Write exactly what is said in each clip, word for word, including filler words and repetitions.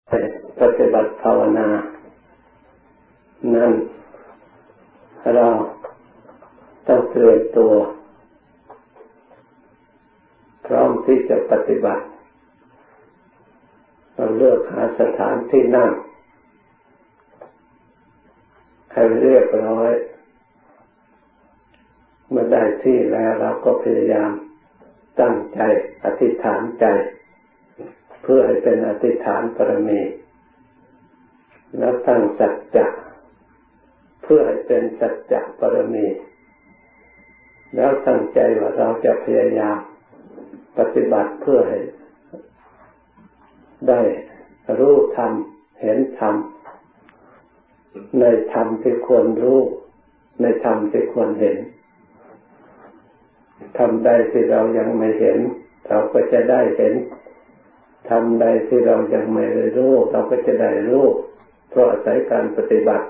ปฏิบัติภาวนานั้นเราต้องเตรียมตัวพร้อมที่จะปฏิบัติเราเลือกหาสถานที่นั่งให้เรียบร้อยเมื่อได้ที่แล้วเราก็พยายามตั้งใจอธิษฐานใจเพื่อให้เป็นอธิษฐานปรมีแล้วตั้งสัจจะเพื่อให้เป็นสัจจะปรมีแล้วตั้งใจว่าเราจะพยายามปฏิบัติเพื่อให้ได้รู้ธรรมเห็นธรรมในธรรมที่ควรรู้ในธรรมที่ควรเห็นธรรมใดที่เรายังไม่เห็นเราก็จะได้เห็นธรรมใดที่เรายังไม่ได้รู้เราก็จะได้รู้เพราะอาศัยการปฏิบัติ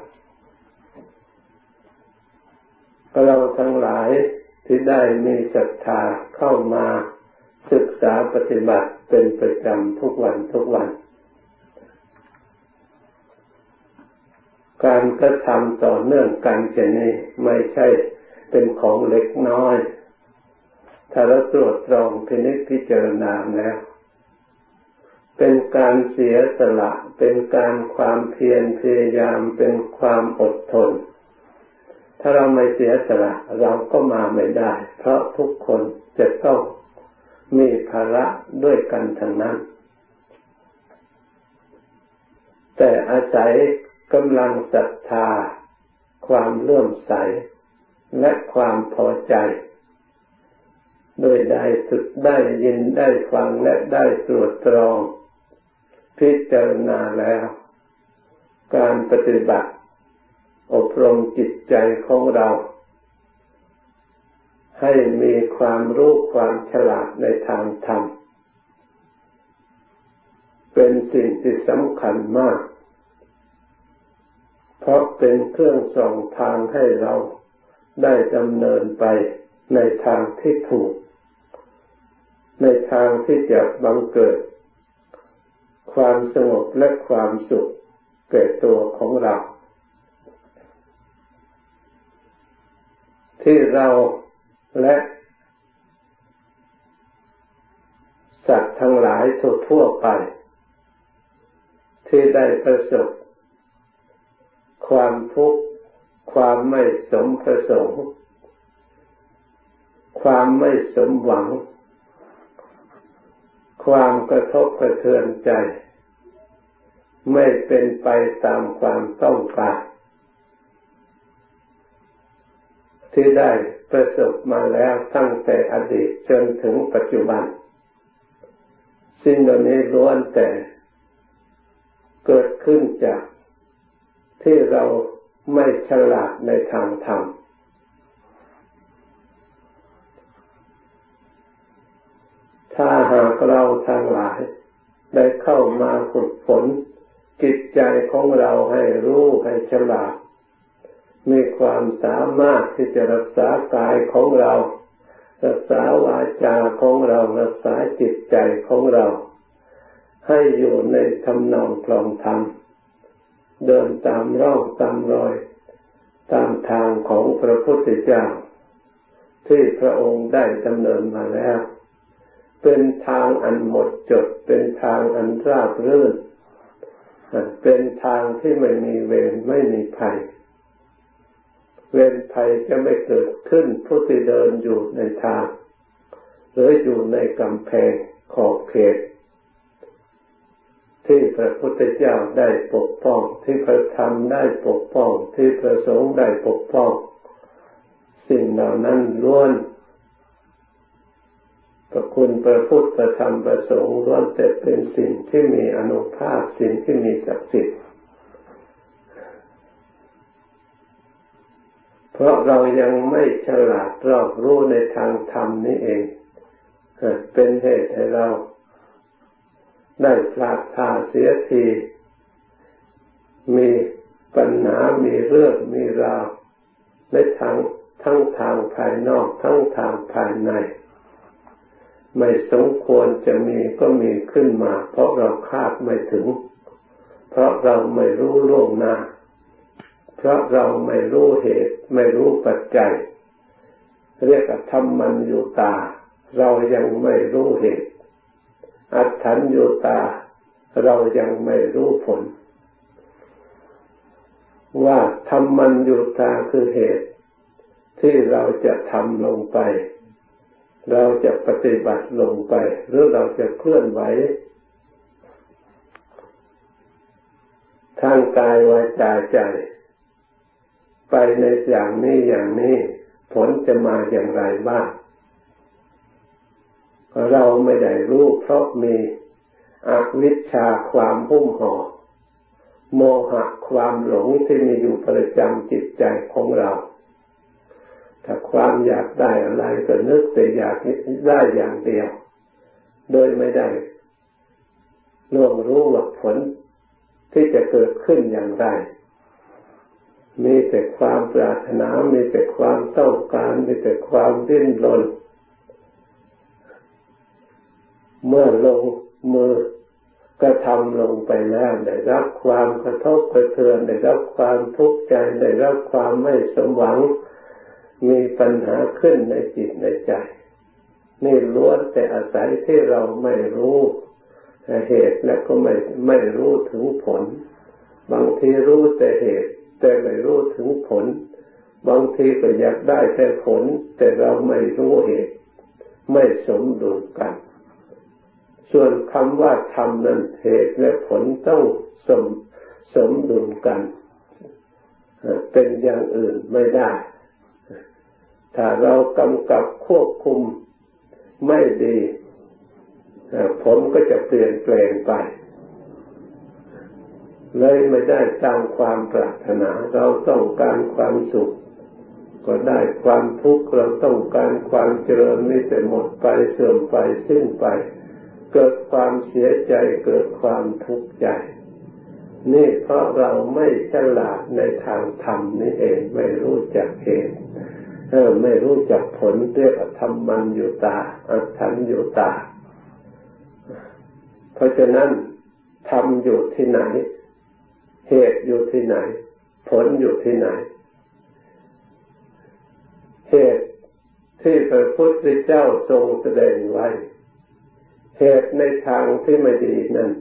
เราทั้งหลายที่ได้มีศรัทธาเข้ามาศึกษาปฏิบัติเป็นประจำทุกวันทุกวันการกระทำต่อเนื่องกันเช่นนี้ไม่ใช่เป็นของเล็กน้อยถ้าเราตรวจตรองพินิจพิจารณาแล้วเป็นการเสียสละเป็นการความเพียรพยายามเป็นความอดทนถ้าเราไม่เสียสละเราก็มาไม่ได้เพราะทุกคนจะต้องมีภาระด้วยกันทั้งนั้นแต่อาศัยกำลังศรัทธาความเลื่อมใสและความพอใจโดยได้สึกได้ยินได้ฟังและได้ตรวจตรองพิจารณาแล้วการปฏิบัติอบรมจิตใจของเราให้มีความรู้ความฉลาดในทางธรรมเป็นสิ่งที่สำคัญมากเพราะเป็นเครื่องส่องทางให้เราได้ดำเนินไปในทางที่ถูกในทางที่จะบังเกิดความสงบและความสุขแก่ตัวของเราที่เราและสัตว์ทั้งหลายทั่วไปที่ได้ประสบความทุกข์ความไม่สมประสงค์ความไม่สมหวังความกระทบกระเทือนใจไม่เป็นไปตามความต้องการที่ได้ประสบมาแล้วตั้งแต่อดีตจนถึงปัจจุบันสิ่งเหล่านี้ล้วนแต่เกิดขึ้นจากที่เราไม่ฉลาดในทางธรรมถ้าหากเราทั้งหลายได้เข้ามาฝึกฝนจิตใจของเราให้รู้ให้ฉลาดมีความสามารถที่จะรักษากายของเรารักษาวาจาของเรารักษาจิตใจของเราให้อยู่ในทำนองคลองธรรมเดินตามร่องตามรอยตามทางของพระพุทธเจ้าที่พระองค์ได้ดำเนินมาแล้วเป็นทางอันหมดจดเป็นทางอันราบรื่นเป็นทางที่ไม่มีเวรไม่มีภัยเวรภัยจะไม่เกิดขึ้นผู้ที่เดินอยู่ในทางหรืออยู่ในกำแพงขอบเขตที่พระพุทธเจ้าได้ปกป้องที่พระธรรมได้ปกป้องที่พระสงฆ์ได้ปกป้องสิ่งเหล่านั้นล้วนพระคุณพระพุทธพระธรรมพระสงฆ์ล้วนแต่เป็นสิ่งที่มีอานุภาพสิ่งที่มีศักดิ์สิทธิ์เพราะเรายังไม่ฉลาดรอบรู้ในทางธรรมนี้เองเป็นเหตุให้เราได้พลาดท่าเสียทีมีปัญหามีเรื่องมีราวในทางทั้งทางภายนอกทั้งทางภายในไม่สมควรจะมีก็มีขึ้นมาเพราะเราคาดไม่ถึงเพราะเราไม่รู้ล่วงหน้าเพราะเราไม่รู้เหตุไม่รู้ปัจจัยเรียกว่าธรรมัญญูตาเรายังไม่รู้เหตุอัฏฐัญญูตาเรายังไม่รู้ผลว่าธรรมัญญูตาคือเหตุที่เราจะทำลงไปเราจะปฏิบัติลงไปหรือเราจะเคลื่อนไหวทางกายวาจาใจไปในอย่างนี้อย่างนี้ผลจะมาอย่างไรบ้างเราไม่ได้รู้เพราะมีอวิชชาความหุ้มห่อโมหะความหลงที่มีอยู่ประจำจิตใจของเราถ้าความอยากได้อะไรก็นึกแต่อยากได้อย่างเดียวโดยไม่ได้ล่วงรู้ว่าผลที่จะเกิดขึ้นอย่างไรมีแต่ความปรารถนามีแต่ความต้องการมีแต่ความดิ้นรนเมื่อลงมือกระทำลงไปแล้วได้รับความกระทบกระเทือนได้รับความทุกข์ใจได้รับความไม่สมหวังมีปัญหาขึ้นในจิตในใจนี่ล้วนแต่อาศัยที่เราไม่รู้เหตุและก็ไม่ไม่รู้ถึงผลบางทีรู้แต่เหตุแต่ไม่รู้ถึงผลบางทีก็อยากได้แต่ผลแต่เราไม่รู้เหตุไม่สมดุลกันส่วนคำว่าธรรมนั้นเหตุและผลต้องสมสมดุลกันเป็นอย่างอื่นไม่ได้ถ้าเรากำกับควบคุมไม่ดีผลก็จะเปลี่ยนแปลงไปเลยไม่ได้ตามความปรารถนาเราต้องการความสุขก็ได้ความทุกข์เราต้องการความเจริญนี่แต่หมดไปเสื่อมไปสิ้นไปเกิดความเสียใจเกิดความทุกข์ใจนี่เพราะเราไม่ฉลาดในทางธรรมนี่เองไม่รู้จักเหตุเออไม่รู้จักผลเรียกว่าธรรมัญญูตาอัฏฐัญญูตาเพราะฉะนั้นธรรมอยู่ที่ไหนเหตุอยู่ที่ไหนผลอยู่ที่ไหนเหตุที่พระพุทธเจ้าทรงแสดงไว้เหตุในทางที่ไม่ดีนั้น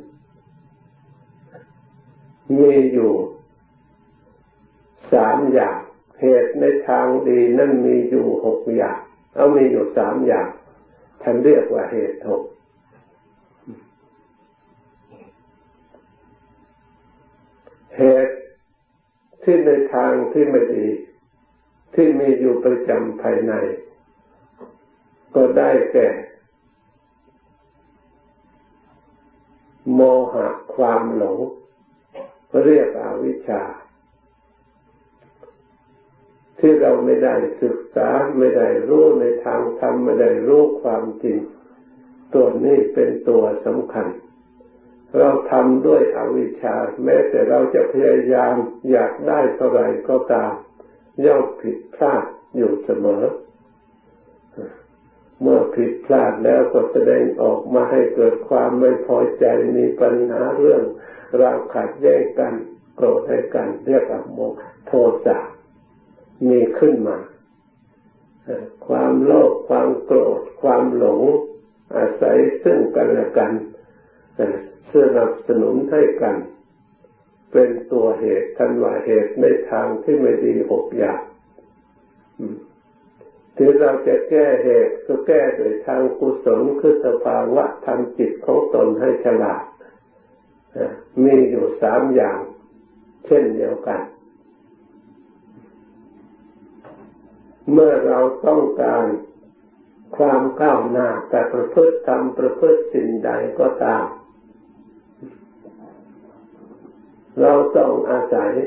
มีอยู่สามอย่างเหตุในทางดีนั้นมีอยู่หกอย่างเอามีอยู่สามอย่างท่านเรียกว่าเหตุหกเหตุที่ในทางที่ไม่ดีที่มีอยู่ประจำภายในก็ได้แก่โมหะความหลงเรียกอวิชชาที่เราไม่ได้ศึกษาไม่ได้รู้ในทางธรรมไม่ได้รู้ความจริงตัวนี้เป็นตัวสำคัญเราทำด้วยอวิชชาแม้แต่เราจะพยายามอยากได้เท่าไหร่ก็ตามย่อมผิดพลาดอยู่เสมอเมื่อผิดพลาดแล้วก็แสดงออกมาให้เกิดความไม่พอใจมีปัญหาเรื่องราวขัดแย้งกันโกรธให้กันเรียกว่าโมหะโทสะมีขึ้นมาความโลภความโกรธความหลงอาศัยซึ่งกันและกันสนับสนุนให้กันเป็นตัวเหตุทันว่าเหตุในทางที่ไม่ดีหกอย่างที่เราจะแก้เหตุก็แก้โดยทางกุศลคือสภาวะทำจิตของตนให้ฉลาดมีอยู่สามอย่างเช่นเดียวกันเมื่อเราต้องการความก้าวหน้าแต่ประพฤติทำประพฤติสิ่งใดก็ตามเราต้องอาศัย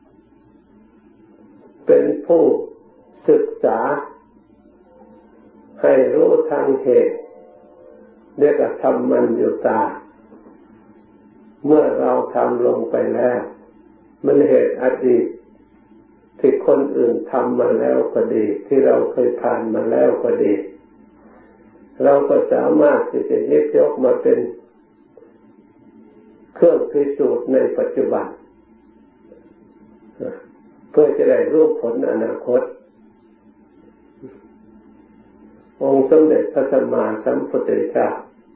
เป็นผู้ศึกษาให้รู้ทางเหตุเรียกว่าธรรมัญญูตาเมื่อเราทำลงไปแล้วมันเหตุอดีตที่คนอื่นทำมาแล้วก็ดีที่เราเคยผ่านมาแล้วก็ดีเราก็สามารถที่จะยึดยกมาเป็นเครื่องพิสูจน์ในปัจจุบันเพื่อจะได้รู้ผลอนาคตองค์สมเด็จพระสัมมาสัมพุทธเจ้า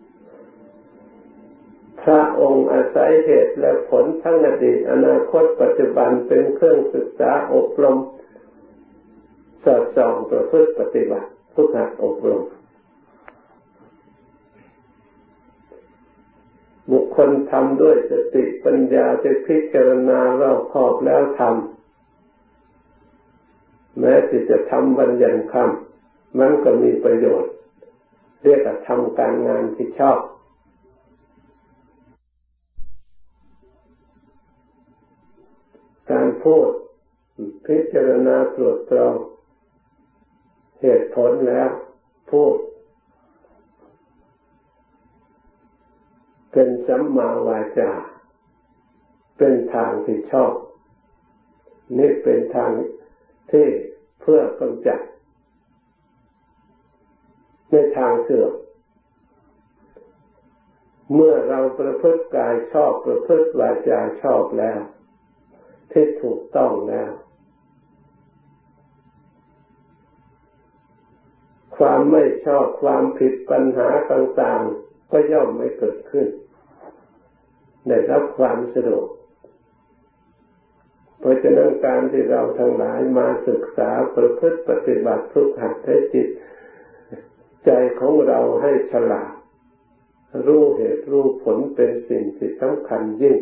พระองค์อาศัยเหตุและผลทั้งอดีตอนาคตปัจจุบันเป็นเครื่องศึกษาอบรมสอดส่องประพฤติปฏิบัติฝึกหัดอบรมบุคคลทำด้วยสติปัญญาจะพิจารณารอบคอบแล้วทำแม้ที่จะทำวันยันค่ำมันก็มีประโยชน์เรียกว่าทำการงานที่ชอบการพูดพิจารณาตรวจตรองเหตุผลแล้วพูดเป็นสัมมาวาจาเป็นทางที่ชอบนี่เป็นทางที่เพื่อกำจัดในทางเสื่อมเมื่อเราประพฤติกายชอบประพฤติวาจาชอบแล้วที่ถูกต้องแล้วความไม่ชอบความผิดปัญหาต่างๆก็ย่อมไม่เกิดขึ้นได้รับความสะดวกเพราะฉะนั้นการที่เราทั้งหลายมาศึกษาประพฤติปฏิบัติฝึกหัดให้จิตใจของเราให้ฉลาดรู้เหตุรู้ผลเป็นสิ่งที่สำคัญยิ่ง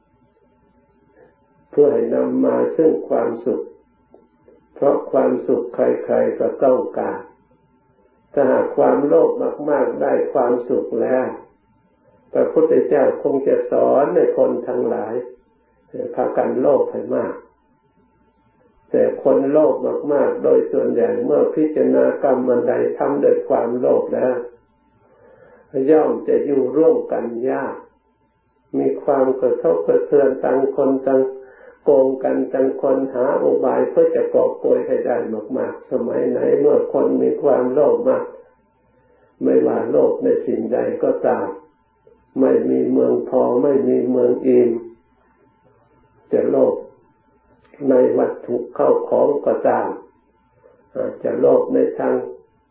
เพื่อให้นำมาซึ่งความสุขเพราะความสุขใครๆก็ต้องการถ้าหากความโลภมากๆได้ความสุขแล้วพระพุทธเจ้าคงจะสอนให้คนทั้งหลายพากันโลภให้มากแต่คนโลภมากๆโดยส่วนใหญ่เมื่อพิจารณากรรมอันใดทำด้วยความโลภแล้วย่อมจะอยู่ร่วมกันยากมีความกระทบกระเทือนต่างคนต่างโกงกันต่างคนหาอุบายเพื่อจะกอบโกยให้ได้มากๆสมัยไหนเมื่อคนมีความโลภมากไม่ว่าโลภในสิ่งใดก็ตามไม่มีเมืองพอไม่มีเมืองอิ่มจะโลภในวัตถุเข้าของก็ตามจะโลภในทาง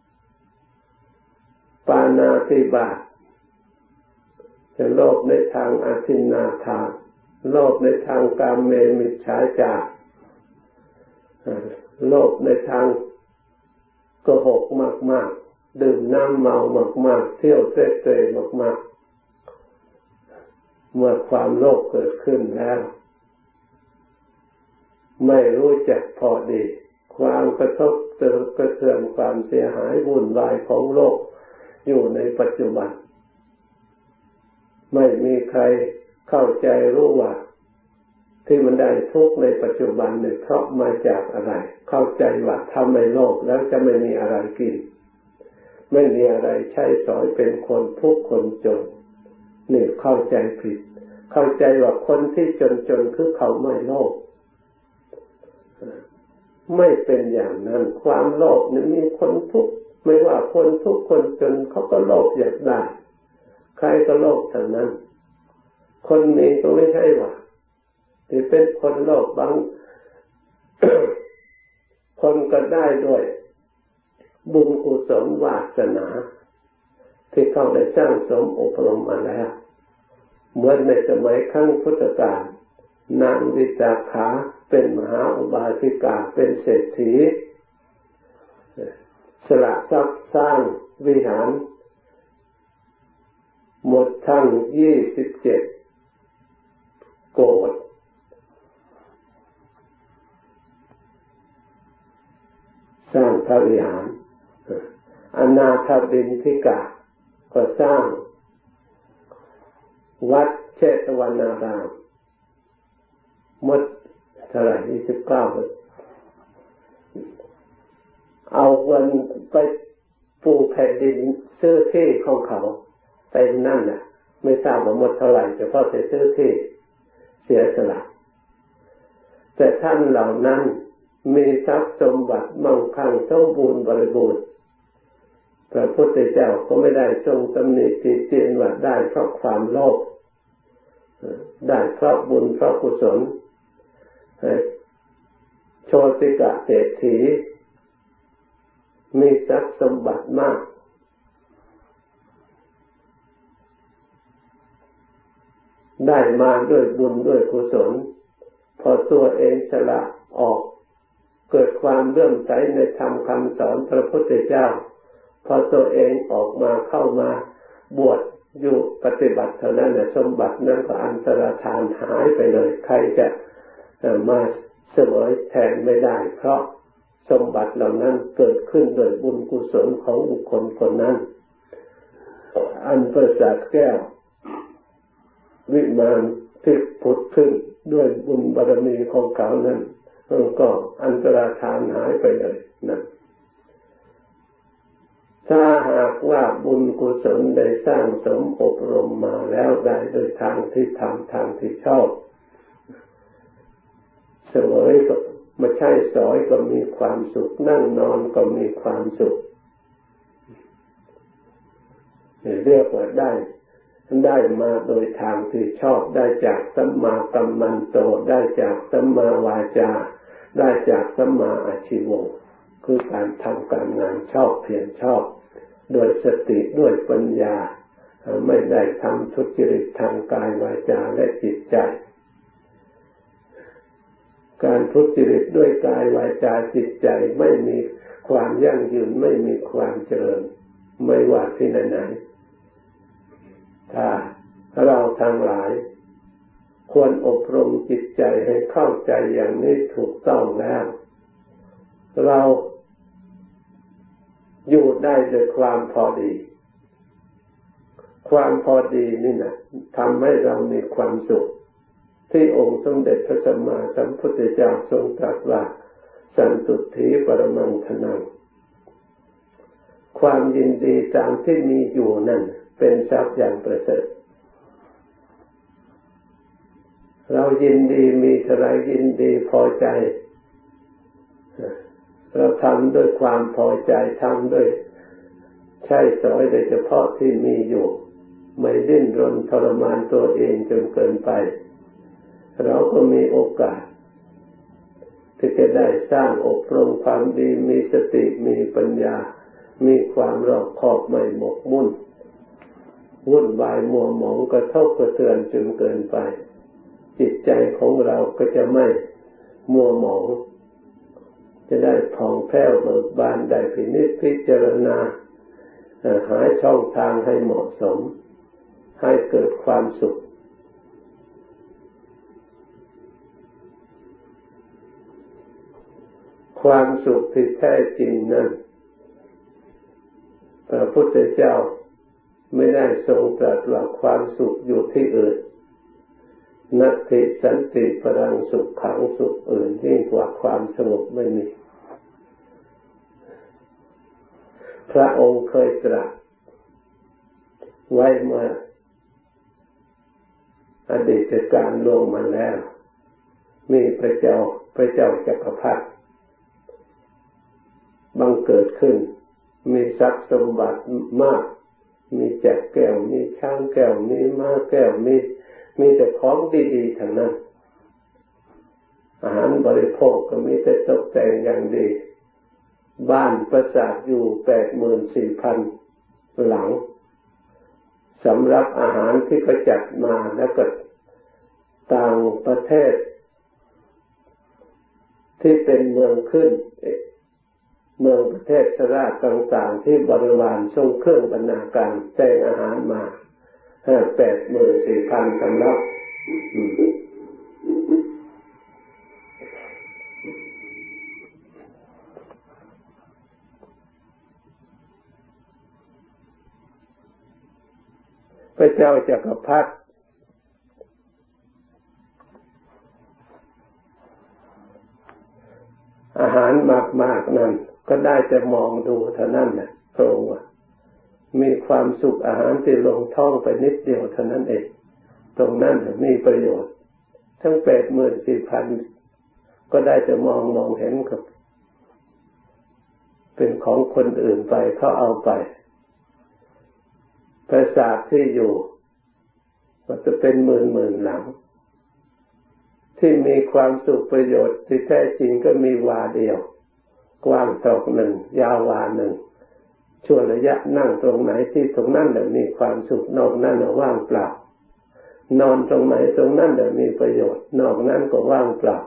ปาณาติบาตจะโลภในทางอทินนาทานโลภในทางกามเมมิจฉาจารโลภในทางโกหกมากๆดื่มน้ำเมามากๆเที่ยวเตร่เตร่มากๆเมื่อความโลภเกิดขึ้นแล้วไม่รู้จักพอดีความกระทบกระเทือนความเสียหายวุ่นวายของโลกอยู่ในปัจจุบันไม่มีใครเข้าใจรู้ว่าที่มันได้ทุกข์ในปัจจุบันเนี่ยเพราะมาจากอะไรเข้าใจว่าทำในโลกแล้วจะไม่มีอะไรกินไม่มีอะไรใช้สอยเป็นคนทุกข์คนจนนี่เข้าใจผิดเข้าใจว่าคนที่จนจนคือเขาไม่โลภไม่เป็นอย่างนั้นความโลภนี่มีคนทุกข์ไม่ว่าคนทุกข์คนจนเขาก็โลภอยากได้ใครก็โลภทั้งนั้นคนนี้ก็ไม่ใช่ว่าที่เป็นคนโลภบาง คนก็ได้ด้วยบุญกุศลวาสนาที่เขาได้สร้างสมอบรมมาแล้วเหมือนในสมัยครั้งพุทธกาลนางวิสาขาเป็นมหาอุบาสิกาเป็นเศรษฐีสละทรัพย์สร้างวิหารหมดทั้งยี่สิบเจ็ดโกฏสร้างพระวิหารอนาถบิณฑิกาก็สร้างวัดเชตวนารามหมดเท่าไหร่ยี่สิบเก้าเอาเงินไปปูแผ่นดินซื้อที่ของเขาไปนั่นน่ะไม่ทราบว่าหมดเท่าไหร่เฉพาะแต่ซื้อที่เสียสละแต่ท่านเหล่านั้นมีทรัพย์สมบัติมั่งคั่งสมบูรณ์บริบูรณ์พระพุทธเจ้าก็ไม่ได้ทรงตำหนิติเตียนว่าได้เพราะความโลภได้เพราะบุญเพราะกุศลโชติกะเศรษฐีมีทรัพย์สมบัติมากได้มาด้วยบุญด้วยกุศลพอตัวเองสละออกเกิดความเลื่อมใสในธรรมคำสอนพระพุทธเจ้าพอตัวเองออกมาเข้ามาบวชอยู่ปฏิบัติเท่านั้นนะสมบัตินั้นก็อันตรธานหายไปเลยใครจะมาเสวยแทนไม่ได้เพราะสมบัติเหล่านั้นเกิดขึ้นโดยบุญกุศลของบุคคลคนนั้นอันประเสริฐแก้ววิมานที่ผุดขึ้นด้วยบุญบารมีของเขานั้นก็อันตรธานหายไปเลยนะถ้าหากว่าบุญกุศลได้สร้างสมอบรมมาแล้วได้โดยทางที่ทำทางที่ชอบเสวยก็มาใช้สอยก็มีความสุขนั่งนอนก็มีความสุขเรียกว่าได้ได้มาโดยทางที่ชอบได้จากสัมมากัมมันโตได้จากสัมมาวาจาได้จากสัมมาอาชีวะคือการทำการงานชอบเพียรชอบด้วยสติด้วยปัญญาไม่ได้ทำทุจริตทางกายวาจาและจิตใจการทุจริตด้วยกายวาจาจิตใจไม่มีความยั่งยืนไม่มีความเจริญไม่ว่าที่ไหนๆถ้าเราทั้งหลายควรอบรมจิตใจให้เข้าใจอย่างนี้ถูกต้องแล้วเราอยู่ได้ด้วยความพอดีความพอดีนี่นะทำให้เรามีความสุขที่องค์สมเด็จพระสัมมาสัมพุทธเจ้าทรงตรัสว่าสันตุถีปรมังคนังความยินดีตามที่มีอยู่นั่นเป็นทรัพย์อย่างประเสริฐเรายินดีมีอะไรยินดีพอใจเราทำด้วยความพอใจทำด้วยใช้สอยโดยเฉพาะที่มีอยู่ไม่ดิ้นรนทรมานตัวเองจนเกินไปเราก็มีโอกาสที่จะได้สร้างอบรมความดีมีสติมีปัญญามีความรอบคอบไม่หมกมุ่นวุ่นวายมัวหมองกระทบกระเทือนจนเกินไปจิตใจของเราก็จะไม่มัวหมองจะได้ผ่องแผ้วเบิกบานได้พินิจพิจารณาหาช่องทางให้เหมาะสมให้เกิดความสุขความสุขที่แท้จริงนั้นพระพุทธเจ้าไม่ได้ทรงตรัสว่าความสุขอยู่ที่อื่นนัตถิสันติพลังสุขขังสุขอื่นยิ่งกว่าความสงบไม่มีพระองค์เคยตรัสไว้เมื่ออดีตการล่วงมาแล้วมีพระเจ้าพระเจ้าจักรพรรดิบังเกิดขึ้นมีทรัพย์สมบัติมากมีแจกแก้วมีช้างแก้วมีม้าแก้วมีมีแต่ของดีๆทั้งนั้นอาหารบริโภคก็มีแต่ตกแต่งอย่างดีบ้านปราสาทอยู่แปดหมื่นสี่พันหลังสำหรับอาหารที่เขาจัดมาแล้วก็ต่างประเทศที่เป็นเมืองขึ้นเมืองประเทศสราชต่างๆที่บริวารทรงเครื่องบรรณาการแต่งอาหารมาแปดหมื่นสี่พันสำรับพระเจ้าจักรพรรดิอาหารมากๆนั้นก็ได้แต่มองดูเท่านั้นนะพระองค์มีความสุขอาหารที่ลงท้องไปนิดเดียวเท่านั้นเองตรงนั้นมีประโยชน์ทั้งแปดหมื่นสี่พันก็ได้แต่มองมองเห็นกับเป็นของคนอื่นไปเขาเอาไปปราสาทที่อยู่ว่าจะเป็นหมื่นหมื่นหลังที่มีความสุขประโยชน์ที่แท้จริงก็มีวาเดียวกว้างศอกหนึ่งยาววาหนึ่งชั่วระยะนั่งตรงไหนที่ตรงนั้นแหละมีความสุขนอกนั้นน่ะว่างเปล่านอนตรงไหนตรงนั้นแหละมีประโยชน์นอกนั้นก็ว่างเปล่า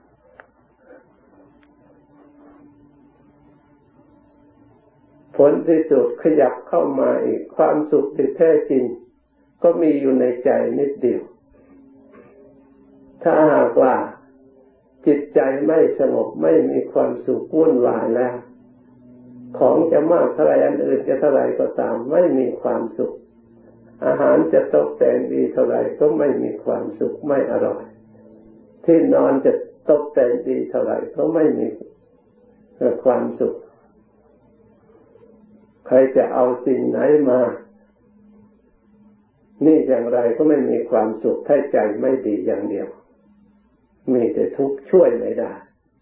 ผลที่สุดขยับเข้ามาอีกความสุขที่แท้จริงก็มีอยู่ในใจนิดเดียวถ้าหากว่าจิตใจไม่สงบไม่มีความสุขวุ่นวายแล้วของจะมากเท่าไรอันอื่นจะเท่าไรก็ตามไม่มีความสุขอาหารจะตกแต่งดีเท่าไรก็ไม่มีความสุขไม่อร่อยที่นอนจะตกแต่งดีเท่าไรก็ไม่มีความสุขใครจะเอาสิ่งไหนมานี่อย่างไรก็ไม่มีความสุขถ้าใจไม่ดีอย่างเดียวมีแต่ทุกข์ช่วยไม่ได้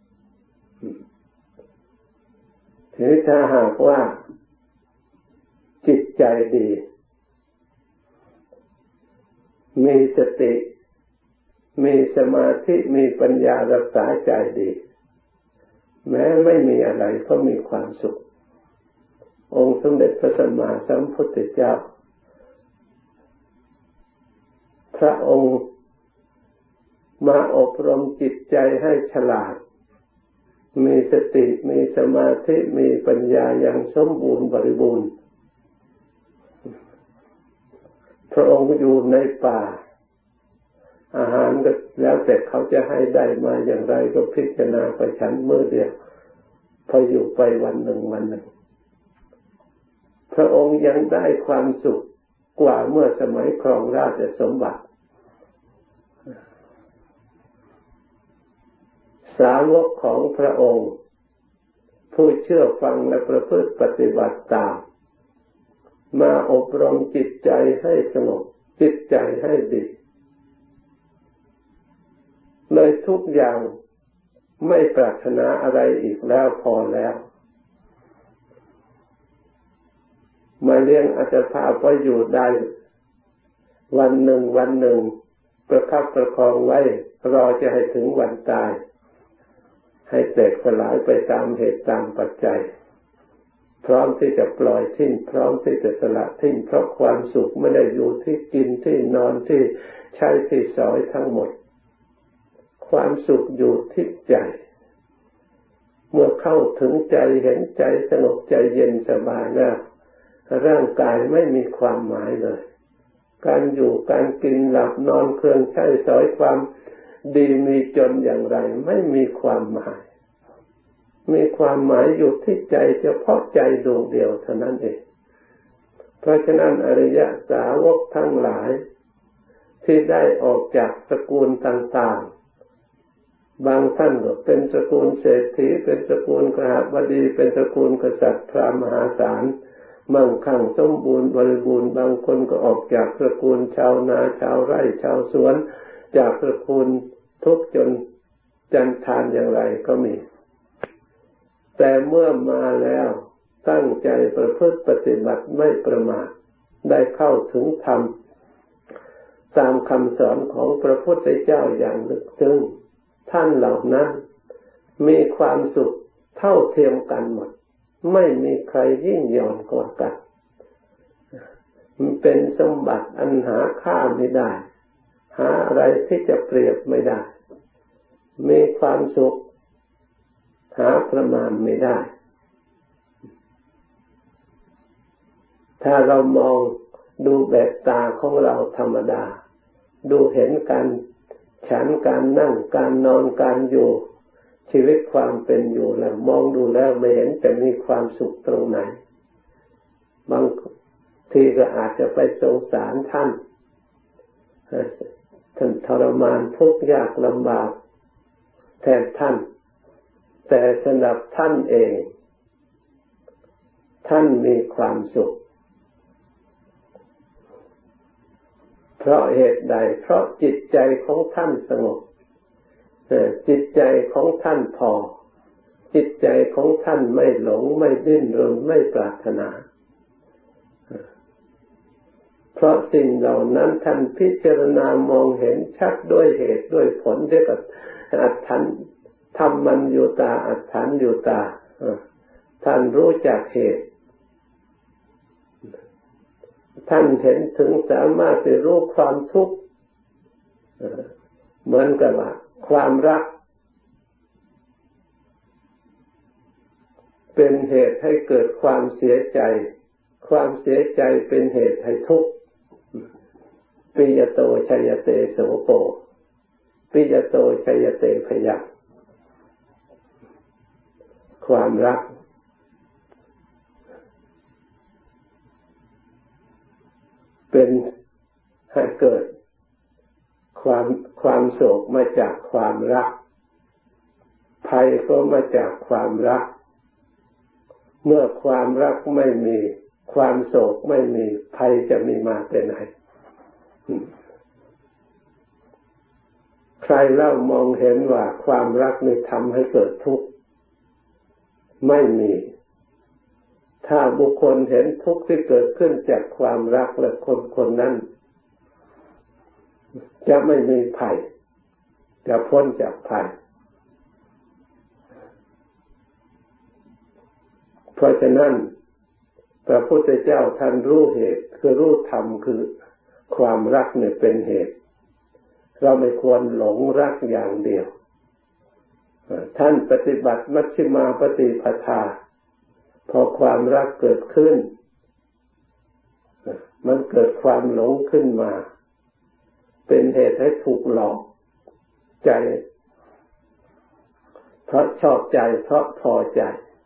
ทีนี้ถ้าหากว่าจิตใจดีมีสติมีสมาธิมีปัญญารักษาใจดีแม้ไม่มีอะไรก็มีความสุของค์สมเด็จพระสัมมาสัมพุทธเจ้าพระองค์มาอบรมจิตใจให้ฉลาดมีสติมีสมาธิมีปัญญาอย่างสมบูรณ์บริบูรณ์พระองค์อยู่ในป่าอาหารก็แล้วแต่เขาจะให้ได้มาอย่างไรก็พิจารณาไปฉันมื้อเดียวพออยู่ไปวันหนึ่งวันหนึ่งพระองค์ยังได้ความสุขกว่าเมื่อสมัยครองราชสมบัติสาวกของพระองค์ผู้เชื่อฟังและประพฤติปฏิบัติตามมาอบรมจิตใจให้สงบจิตใจให้ดีเลยทุกอย่างไม่ปรารถนาอะไรอีกแล้วพอแล้วมาเลี้ยงอัตภาพไว้อยู่ได้วันหนึ่งวันหนึ่งประคับประคองไว้รอจะให้ถึงวันตายให้แตกสลายไปตามเหตุตามปัจจัยพร้อมที่จะปล่อยทิ้งพร้อมที่จะสละทิ้งเพราะความสุขไม่ได้อยู่ที่กินที่นอนที่ใช้ที่สอยทั้งหมดความสุขอยู่ที่ใจเมื่อเข้าถึงใจเห็นใจสงบใจเย็นสบายแล้วร่างกายไม่มีความหมายเลยการอยู่การกินหลับนอนเครื่องใช้สอยความดีมีจนอย่างไรไม่มีความหมายมีความหมายอยู่ที่ใจเฉพาะใจดวงเดียวเท่านั้นเองเพราะฉะนั้นอริยสาวกทั้งหลายที่ได้ออกจากตระกูลต่างๆบางท่านก็เป็นตระกูลเศรษฐีเป็นตระกูลกหบดีเป็นตระกูลกษัตริย์พราหมณ์มหาศาลมั่งคั่งสมบูรณ์บริบูรณ์บางคนก็ออกจากตระกูลชาวนาชาวไร่ชาวสวนจากตระกูลทุกข์จนจันทานอย่างไรก็มีแต่เมื่อมาแล้วตั้งใจประพฤติปฏิบัติไม่ประมาทได้เข้าถึงธรรมตามคำสอนของพระพุทธเจ้าอย่างลึกซึ้งท่านเหล่านั้นมีความสุขเท่าเทียมกันหมดไม่มีใครยิ่งหย่อนกว่ากันมันเป็นสมบัติอันหาค่าไม่ได้หาอะไรที่จะเปรียบไม่ได้มีความสุขหาประมาณไม่ได้ถ้าเรามองดูแบบตาของเราธรรมดาดูเห็นการฉันการนั่งการนอนการอยู่ชีวิตความเป็นอยู่แล้วมองดูแล้วไม่เห็นจะมีความสุขตรงไหนบางทีก็อาจจะไปสงสารท่านท่านทรมานทุกข์ยากลำบากแทนท่านแต่สำหรับท่านเองท่านมีความสุขเพราะเหตุใดเพราะจิตใจของท่านสงบจิตใจของท่านพอจิตใจของท่านไม่หลงไม่ดิ้นรนไม่ปรารถนาเพราะสิ่งเหล่านั้นท่านพิจารณามองเห็นชัดด้วยเหตุด้วยผลเรียกว่าอัตถันธรรมันอยู่ตาอัตถันอยู่ตาท่านรู้จักเหตุท่านเห็นถึงสามารถจะรู้ความทุกข์เหมือนกับว่าความรักเป็นเหตุให้เกิดความเสียใจความเสียใจเป็นเหตุให้ทุกข์ปิยโตชัยเตโสโปปิยโตชัยเตพยัคฆ์ความรักเป็นให้เกิดความความโศกมาจากความรักภัยก็มาจากความรักเมื่อความรักไม่มีความโศกไม่มีภัยจะมีมาแต่ไหนใครเล่ามองเห็นว่าความรักนี่ทำให้เกิดทุกข์ไม่มีถ้าบุคคลเห็นทุกข์ที่เกิดขึ้นจากความรักและคนคนนั้นจะไม่มีภัยจะพ้นจากภัยเพราะฉะนั้นพระพุทธเจ้าท่านรู้เหตุคือรู้ธรรมคือความรักเนี่ยเป็นเหตุเราไม่ควรหลงรักอย่างเดียวท่านปฏิบัติมัชฌิมาปฏิปทาพอความรักเกิดขึ้นมันเกิดความหลงขึ้นมาเป็นเหตุให้ถูกหลอกใจเพราะชอบใจเพราะพอใจ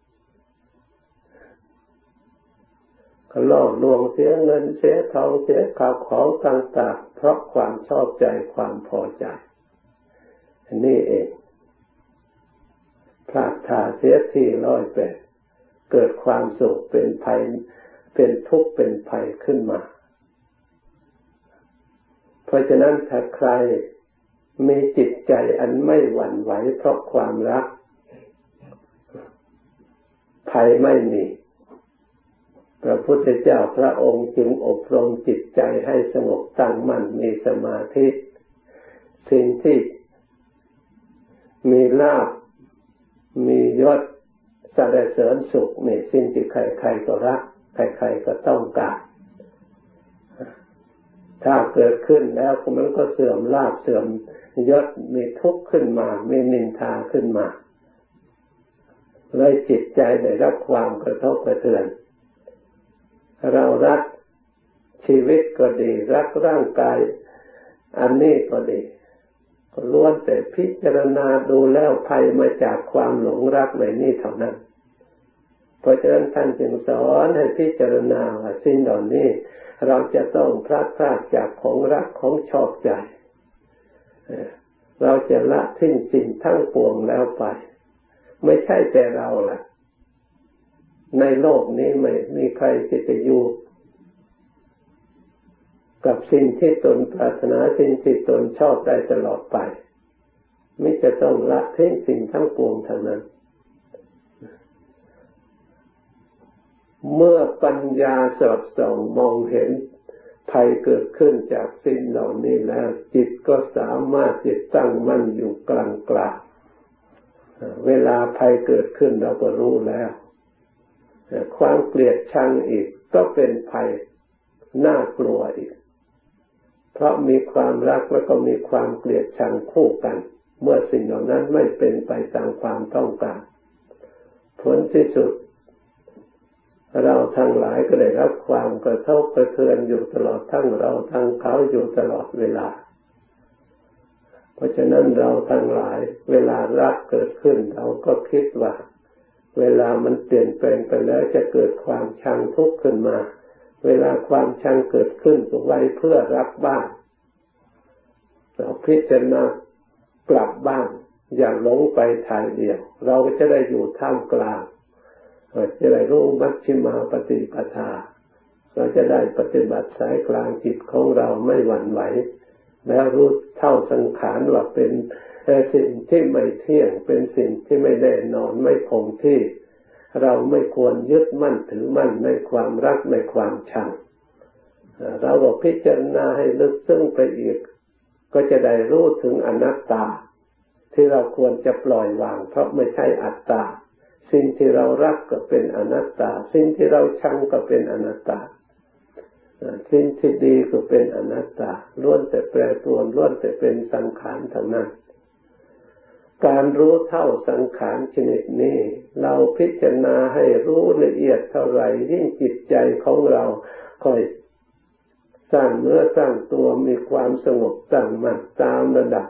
ก็ล่อลวงเสียเงินเสียทองเสียข้าวของต่างๆเพราะความชอบใจความพอใจนี่เองพลาดท่าเสียทีร้อยแปดเกิดความโศกเป็นภัยเป็นทุกข์เป็นภัยขึ้นมาเพราะฉะนั้นถ้าใครมีจิตใจอันไม่หวั่นไหวเพราะความรักภัยไม่มีพระพุทธเจ้าพระองค์จึงอบรมจิตใจให้สงบตั้งมั่นมีสมาธิสิ่งที่มีลาภมียศสรรเสริญสุขนี่สิ่งที่ใครๆก็รักใครๆก็ต้องการถ้าเกิดขึ้นแล้วมันก็เสื่อมลาภเสื่อมยศมีทุกข์ขึ้นมามีนินทาขึ้นมาเลยจิตใจได้รับความกระทบกระเทือนเรารักชีวิตก็ดีรักร่างกายอันนี้ก็ดีก็ล้วนแต่พิจารณาดูแล้วภัยมาจากความหลงรักในนี้เท่านั้นเพราะฉะนั้นท่านจึงสอนให้พิจารณาว่าสิ่งเหล่านี้เราจะต้องพลาดพลาดจากของรักของชอบใจเราจะละทิ้งสิ่งทั้งปวงแล้วไปไม่ใช่แต่เราล่ะในโลกนี้ไม่มีใครที่จะอยู่กับสิ่งที่ตนปรารถนาสิ่งที่ตนชอบได้ตลอดไปมิจะต้องละทิ้งสิ่งทั้งปวงทั้งนั้นเมื่อปัญญาสอดส่องมองเห็นภัยเกิดขึ้นจากสิ่งเหล่านี้แล้วจิตก็สามารถจิตตั้งมั่นอยู่กลางกลางเวลาภัยเกิดขึ้นเราก็รู้แล้วความเกลียดชังอีกก็เป็นภัยน่ากลัวอีกเพราะมีความรักแล้วก็มีความเกลียดชังคู่กันเมื่อสิ่งเหล่านั้นไม่เป็นไปตามความต้องการผลที่สุดเราทั้งหลายก็ได้รับความกระทบกระเทือนอยู่ตลอดทั้งเราทั้งเขาอยู่ตลอดเวลาเพราะฉะนั้นเราทั้งหลายเวลารักเกิดขึ้นเราก็คิดว่าเวลามันเปลี่ยนแปลงไปแล้วจะเกิดความชังทุกข์ขึ้นมาเวลาความชังเกิดขึ้นก็ไว้เพื่อรับบ้างเราพิจารณากลับบ้างอย่าหลงไปทางเดียวเราก็จะได้อยู่ท่ามกลางจะได้รู้มัชฌิมาปฏิปทาเราจะได้ปฏิบัติสายกลางจิตของเราไม่หวั่นไหวแล้วรู้เท่าสังขารว่าเป็นสิ่งที่ไม่เที่ยงเป็นสิ่งที่ไม่แน่นอนไม่คงที่เราไม่ควรยึดมั่นถือมั่นในความรักในความชังเราก็พิจารณาให้ลึกซึ้งไปอีกก็จะได้รู้ถึงอนัตตาที่เราควรจะปล่อยวางเพราะไม่ใช่อัตตาสิ่งที่เรารักก็เป็นอนัตตาสิ่งที่เราชังก็เป็นอนัตตาสิ่งที่ดีก็เป็นอนัตตาล้วนแต่แปรปรวนล้วนแต่เป็นสังขารทั้งนั้นการรู้เท่าสังขารชนิดนี้เราพิจารณาให้รู้ละเอียดเท่าไหร่ยิ่งจิตใจของเราค่อยสร้างเนื้อสร้างตัวมีความสงบตั้งมั่นตามระดับ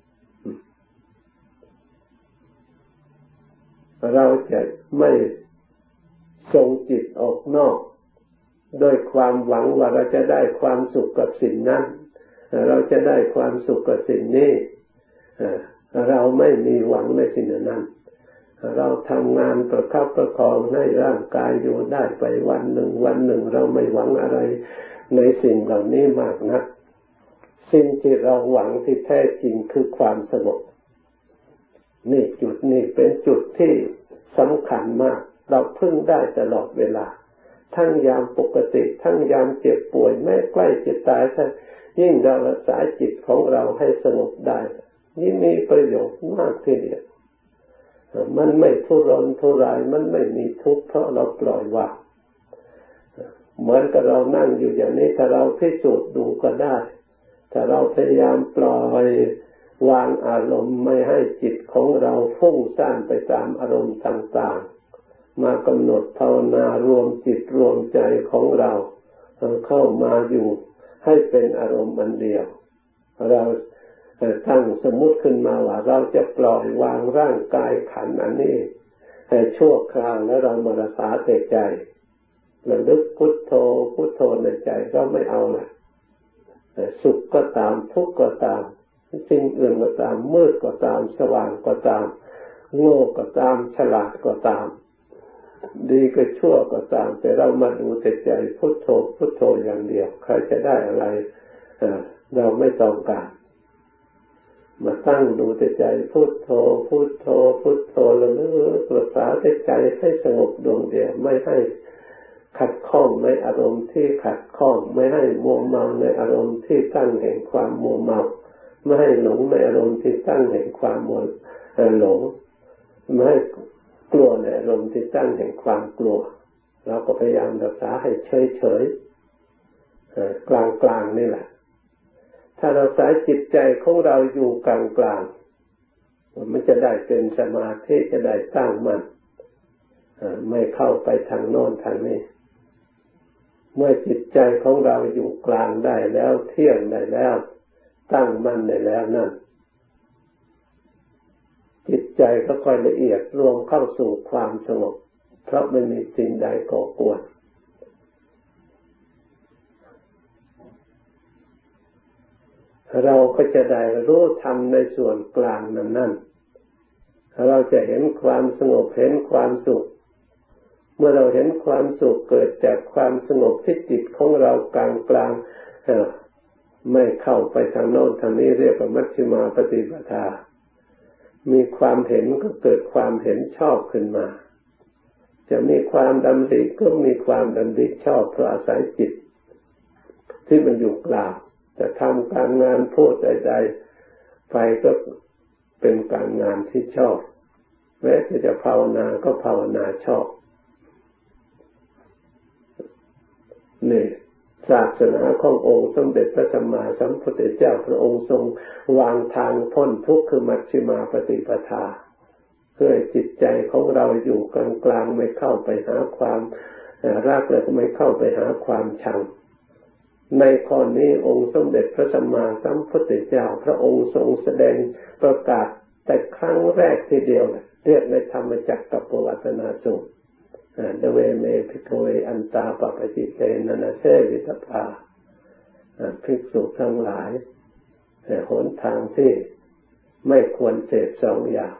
เราจะไม่ส่งจิตออกนอกโดยความหวังว่าเราจะได้ความสุขกับสิ่งนั้นเราจะได้ความสุขกับสิ่งนี้เราไม่มีหวังในสิ่งนั้นเราทำงานประคับประคองให้ร่างกายอยู่ได้ไปวันหนึ่งวันหนึ่งเราไม่หวังอะไรในสิ่งเหล่านี้มากนักสิ่งที่เราหวังที่แท้จริงคือความสงบนี่จุดนี้เป็นจุดที่สำคัญมากเราพึ่งได้ตลอดเวลาทั้งยามปกติทั้งยามเจ็บป่วยแม้ใกล้จะตายถ้ายิ่งเรารักษาจิตของเราให้สงบได้ยิ่งมีประโยชน์มากทีเดียวมันไม่ทุรนทุรายมันไม่มีทุกข์เพราะเราปล่อยวางเหมือนกับเรานั่งอยู่อย่างนี้ถ้าเราพิสูจน์ดูก็ได้ถ้าเราพยายามปล่อยวางอารมณ์ไม่ให้จิตของเราฟุ้งซ่านไปตามอารมณ์ต่างๆมากำหนดภาวนารวมจิตรวมใจของเราเข้ามาอยู่ให้เป็นอารมณ์อันเดียวเราตั้งสมมุติขึ้นมาว่าเราจะปล่อยวางร่างกายขันธ์อันนี้ให้ชั่วคราวแล้วเรามารักษาแต่ใจระลึกพุทโธพุทโธในใจเราไม่เอาละสุขก็ตามทุกข์ก็ตามสิ่งอื่นก็ตามมืดก็ตามสว่างก็ตามโง่ก็ตามฉลาดก็ตามดีก็ชั่วก็ตามแต่เรามาดูแต่ใจพุทโธพุทโธอย่างเดียวใครจะได้อะไรเราไม่ต้องการมาตั้งดูแต่ใจพุทโธพุทโธพุทโธแล้วนึกรักษาแต่ใจให้สงบดวงเดียวไม่ให้ขัดข้องในอารมณ์ที่ขัดข้องไม่ให้มัวเมาในอารมณ์ที่ตั้งแห่งความมัวเมาไม่ให้หลงในอารมณ์ที่ตั้งแห่งความมัวหลงไม่ให้กลัวในอารมณ์ที่ตั้งแห่งความกลัวเราก็พยายามรักษาให้เฉยๆกลางๆนี่แหละถ้าเราสายจิตใจของเราอยู่กลางๆมันจะได้เป็นสมาธิจะได้ตั้งมั่นไม่เข้าไปทางโน้นทางนี้เมื่อจิตใจของเราอยู่กลางได้แล้วเที่ยงได้แล้วตั้งมั่นได้แล้วนั่นจิตใจก็ค่อยละเอียดรวมเข้าสู่ความสงบเพราะไม่มีสิ่งใดก่อกวนเราก็จะได้รู้ธรรมในส่วนกลางนั้นนั่นเราจะเห็นความสงบเห็นความสุขเมื่อเราเห็นความสุขเกิดจากความสงบที่จิตของเรากลางกลางไม่เข้าไปทางโน้นทางนี้เรียกว่ามัชฌิมาปฏิปทามีความเห็นก็เกิดความเห็นชอบขึ้นมาจะมีความดำริก็มีความดำริชอบเพราะอาศัยจิตที่มันอยู่กลางจะทำการงานพูดใดๆไปก็เป็นการงานที่ชอบแม้จะภาวนาก็ภาวนาชอบนี่ศาสนาขององค์สมเด็จพระสัมมาสัมพุทธเจ้าพระองค์ทรงวางทางพ้นทุกข์คือมัชฌิมาปฏิปทาเพื่อจิตใจของเราอยู่กลางๆไม่เข้าไปหาความรักและไม่เข้าไปหาความชังในข้อนี้องค์สมเด็จพระสัมมาสัมพุทธเจ้าพระองค์ทรงแสดงประกาศแต่ครั้งแรกทีเดียวเรียกในธรรมจักรกับปวัตตนสูตรเดเวเมภิกขเวอันตาปปจิเตนะนะเสวิตภาภิกษุทั้งหลายหนทางที่ไม่ควรเสพสองอย่าง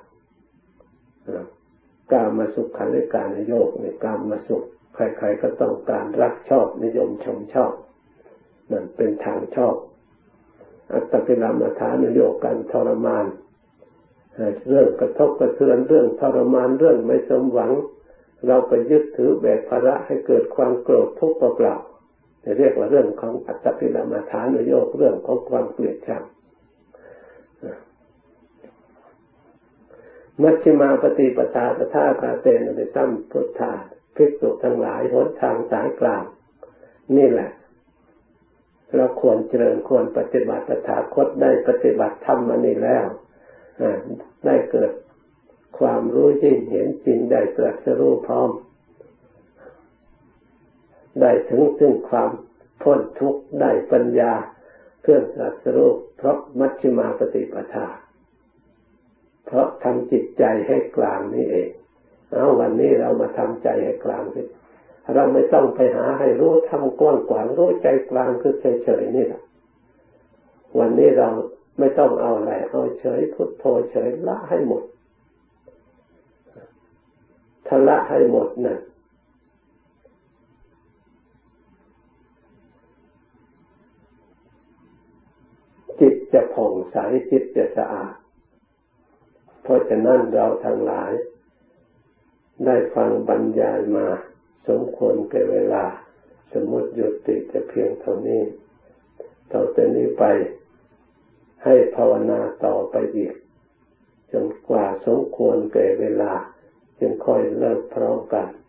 กามสุขขันธ์การโยกในกามสุขใครๆก็ต้องการรักชอบนิยมชมชอบนั่นเป็นทางชอบอัตตกิลมัฏฐานโยกการทรมานเรื่องกระทบกระเทือนเรื่องทรมานเรื่องไม่สมหวังเราไปยึดถือแบกภาระให้เกิดความโกรธทุกข์เปล่าเรียกว่าเรื่องของอัตตปิลมัฏฐานุโยคเรื่องของความเกลียดชังมัชฌิมาปฏิปทาตถาคตเตนะสัมพุทธาภิกษุทั้งหลายหนทางสายกลางนี่แหละเราควรเจริญควรปฏิบัติตถาคตได้ปฏิบัติธรรมอันนี้แล้วได้เกิดความรู้จริงเห็นจริงได้ตรัสรู้พร้อมได้ถึงซึ่งความพ้นทุกข์ได้ปัญญาเครื่องตรัสรู้เพราะมัชฌิมาปฏิปทาเพราะทำจิตใจให้กลางนี่เองเอาวันนี้เรามาทำใจให้กลางสิเราไม่ต้องไปหาให้รู้ทำกว้างขวางรู้ใจกลางคือเฉยๆนี่แหละวันนี้เราไม่ต้องเอาอะไรเอาเฉยพุทโธเฉยละให้หมดถ้าละให้หมดนั่นจิตจะผ่องใสจิตจะสะอาดเพราะฉะนั้นเราทั้งหลายได้ฟังบรรยายมาสมควรแก่เวลาสมมุติหยุดติจะเพียงเท่านี้ต่อจากนี้ไปให้ภาวนาต่อไปอีกจนกว่าสมควรแก่เวลาจึงค่อยเลิกพร้อมกัน